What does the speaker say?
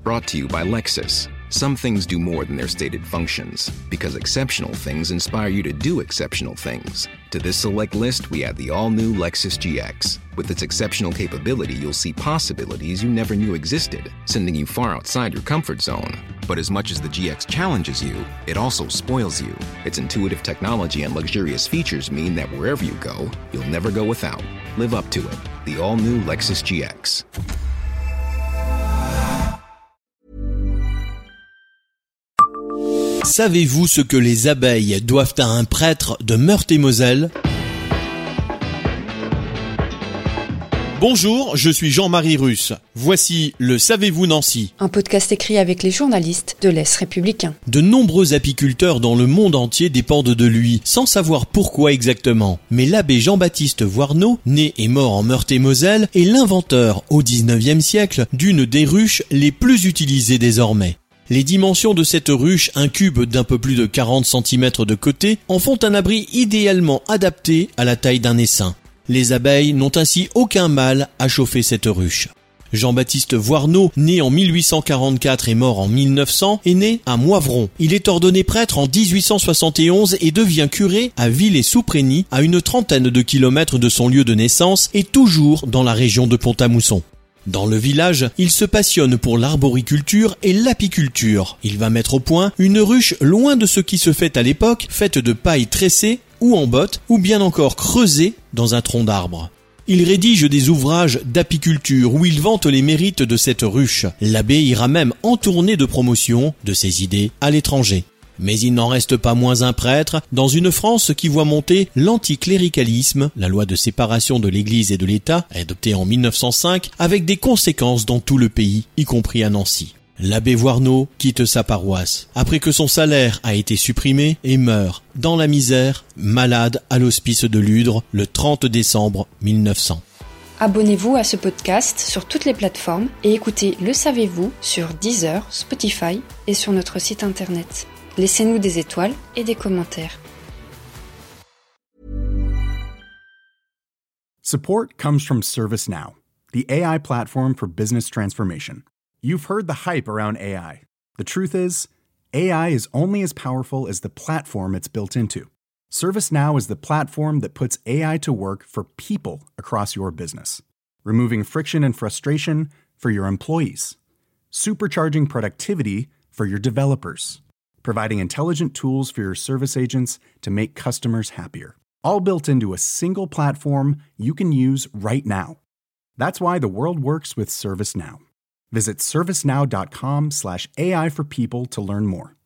Brought to you by Lexus. Some things do more than their stated functions, because exceptional things inspire you to do exceptional things. To this select list, we add the all-new Lexus GX. With its exceptional capability, you'll see possibilities you never knew existed, sending you far outside your comfort zone. But as much as the GX challenges you, it also spoils you. Its intuitive technology and luxurious features mean that wherever you go, you'll never go without. Live up to it. The all-new Lexus GX. Savez-vous ce que les abeilles doivent à un prêtre de Meurthe-et-Moselle ? Bonjour, je suis Jean-Marie Russe. Voici le Savez-vous Nancy ? Un podcast écrit avec les journalistes de l'Est républicain. De nombreux apiculteurs dans le monde entier dépendent de lui, sans savoir pourquoi exactement. Mais l'abbé Jean-Baptiste Voineau, né et mort en Meurthe-et-Moselle, est l'inventeur, au XIXe siècle, d'une des ruches les plus utilisées désormais. Les dimensions de cette ruche, un cube d'un peu plus de 40 cm de côté, en font un abri idéalement adapté à la taille d'un essaim. Les abeilles n'ont ainsi aucun mal à chauffer cette ruche. Jean-Baptiste Voineau, né en 1844 et mort en 1900, est né à Moivron. Il est ordonné prêtre en 1871 et devient curé à Villers-sous-Prégny, à une trentaine de kilomètres de son lieu de naissance et toujours dans la région de Pont-à-Mousson. Dans le village, il se passionne pour l'arboriculture et l'apiculture. Il va mettre au point une ruche loin de ce qui se fait à l'époque, faite de paille tressée ou en botte, ou bien encore creusée dans un tronc d'arbre. Il rédige des ouvrages d'apiculture où il vante les mérites de cette ruche. L'abbé ira même en tournée de promotion de ses idées à l'étranger. Mais il n'en reste pas moins un prêtre dans une France qui voit monter l'anticléricalisme, la loi de séparation de l'Église et de l'État, adoptée en 1905, avec des conséquences dans tout le pays, y compris à Nancy. L'abbé Voineau quitte sa paroisse, après que son salaire a été supprimé, et meurt, dans la misère, malade à l'hospice de Ludre, le 30 décembre 1900. Abonnez-vous à ce podcast sur toutes les plateformes et écoutez Le Savez-vous sur Deezer, Spotify et sur notre site internet. Laissez-nous des étoiles et des commentaires. Support comes from ServiceNow, the AI platform for business transformation. You've heard the hype around AI. The truth is, AI is only as powerful as the platform it's built into. ServiceNow is the platform that puts AI to work for people across your business, removing friction and frustration for your employees, supercharging productivity for your developers, providing intelligent tools for your service agents to make customers happier. All built into a single platform you can use right now. That's why the world works with ServiceNow. Visit servicenow.com/AI for people to learn more.